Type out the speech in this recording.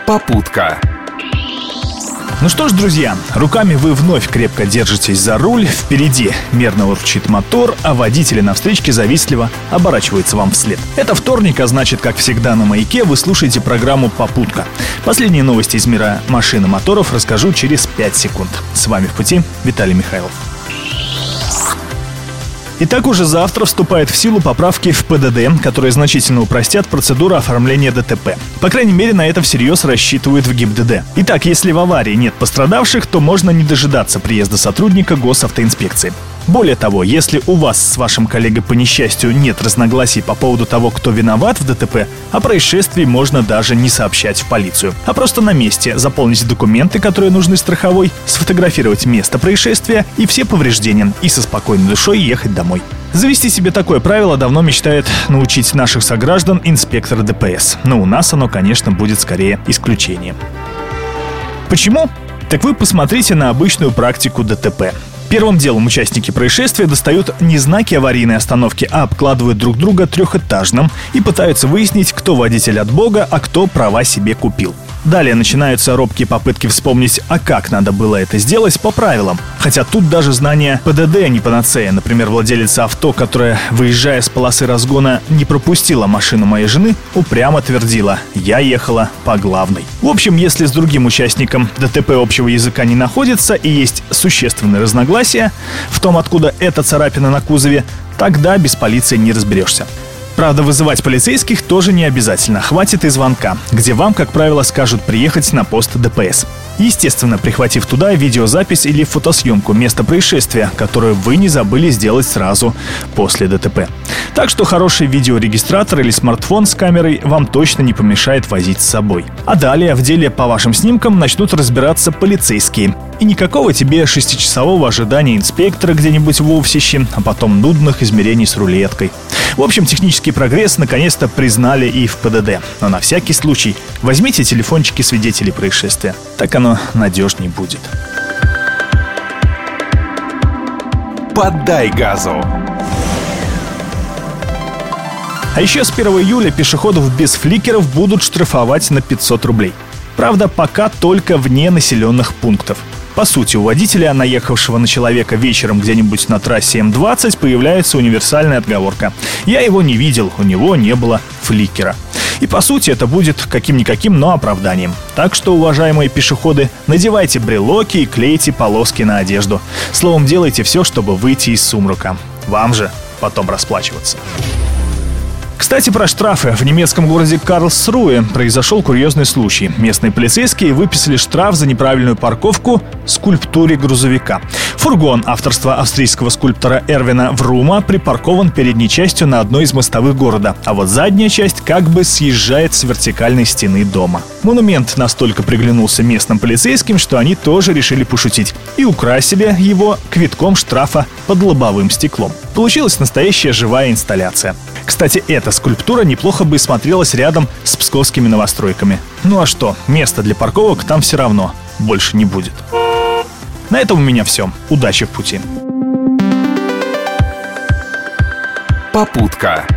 Попутка. Ну что ж, друзья, руками вы вновь крепко держитесь за руль, впереди мерно урчит мотор, а водители на встречке завистливо оборачиваются вам вслед. Это вторник, а значит, как всегда на «Маяке» вы слушаете программу «Попутка». Последние новости из мира машин и моторов расскажу через 5 секунд. С вами в пути Виталий Михайлов. Итак, уже завтра вступают в силу поправки в ПДД, которые значительно упростят процедуру оформления ДТП. По крайней мере, на это всерьез рассчитывают в ГИБДД. Итак, если в аварии нет пострадавших, то можно не дожидаться приезда сотрудника госавтоинспекции. Более того, если у вас с вашим коллегой по несчастью нет разногласий по поводу того, кто виноват в ДТП, о происшествии можно даже не сообщать в полицию, а просто на месте заполнить документы, которые нужны страховой, сфотографировать место происшествия и все повреждения, и со спокойной душой ехать домой. Завести себе такое правило давно мечтает научить наших сограждан инспектор ДПС. Но у нас оно, конечно, будет скорее исключением. Почему? Так вы посмотрите на обычную практику ДТП. Первым делом участники происшествия достают не знаки аварийной остановки, а обкладывают друг друга трехэтажным и пытаются выяснить, кто водитель от бога, а кто права себе купил. Далее начинаются робкие попытки вспомнить, а как надо было это сделать по правилам. Хотя тут даже знание ПДД не панацея. Например, владелица авто, которая, выезжая с полосы разгона, не пропустила машину моей жены, упрямо твердила: «Я ехала по главной». В общем, если с другим участником ДТП общего языка не находится и есть существенные разногласия в том, откуда эта царапина на кузове, тогда без полиции не разберешься. Правда, вызывать полицейских тоже не обязательно. Хватит и звонка, где вам, как правило, скажут приехать на пост ДПС. Естественно, прихватив туда видеозапись или фотосъемку места происшествия, которую вы не забыли сделать сразу после ДТП. Так что хороший видеорегистратор или смартфон с камерой вам точно не помешает возить с собой. А далее в деле по вашим снимкам начнут разбираться полицейские. И никакого тебе 6-часового ожидания инспектора где-нибудь в офисе, а потом нудных измерений с рулеткой. В общем, технический прогресс наконец-то признали и в ПДД. Но на всякий случай возьмите телефончики свидетелей происшествия. Так оно надежней будет. Поддай газу. А еще с 1 июля пешеходов без фликеров будут штрафовать на 500 рублей. Правда, пока только вне населенных пунктов. По сути, у водителя, наехавшего на человека вечером где-нибудь на трассе М20, появляется универсальная отговорка: «Я его не видел, у него не было фликера». И по сути это будет каким-никаким, но оправданием. Так что, уважаемые пешеходы, надевайте брелоки и клейте полоски на одежду. Словом, делайте все, чтобы выйти из сумрака. Вам же потом расплачиваться. Кстати, про штрафы. В немецком городе Карлсруэ произошел курьезный случай. Местные полицейские выписали штраф за неправильную парковку скульптуре грузовика. Фургон авторства австрийского скульптора Эрвина Врума припаркован передней частью на одной из мостовых города, а вот задняя часть как бы съезжает с вертикальной стены дома. Монумент настолько приглянулся местным полицейским, что они тоже решили пошутить и украсили его квитком штрафа под лобовым стеклом. Получилась настоящая живая инсталляция. Кстати, эта скульптура неплохо бы смотрелась рядом с псковскими новостройками. Ну а что, места для парковок там все равно больше не будет. На этом у меня все. Удачи в пути. Попутка.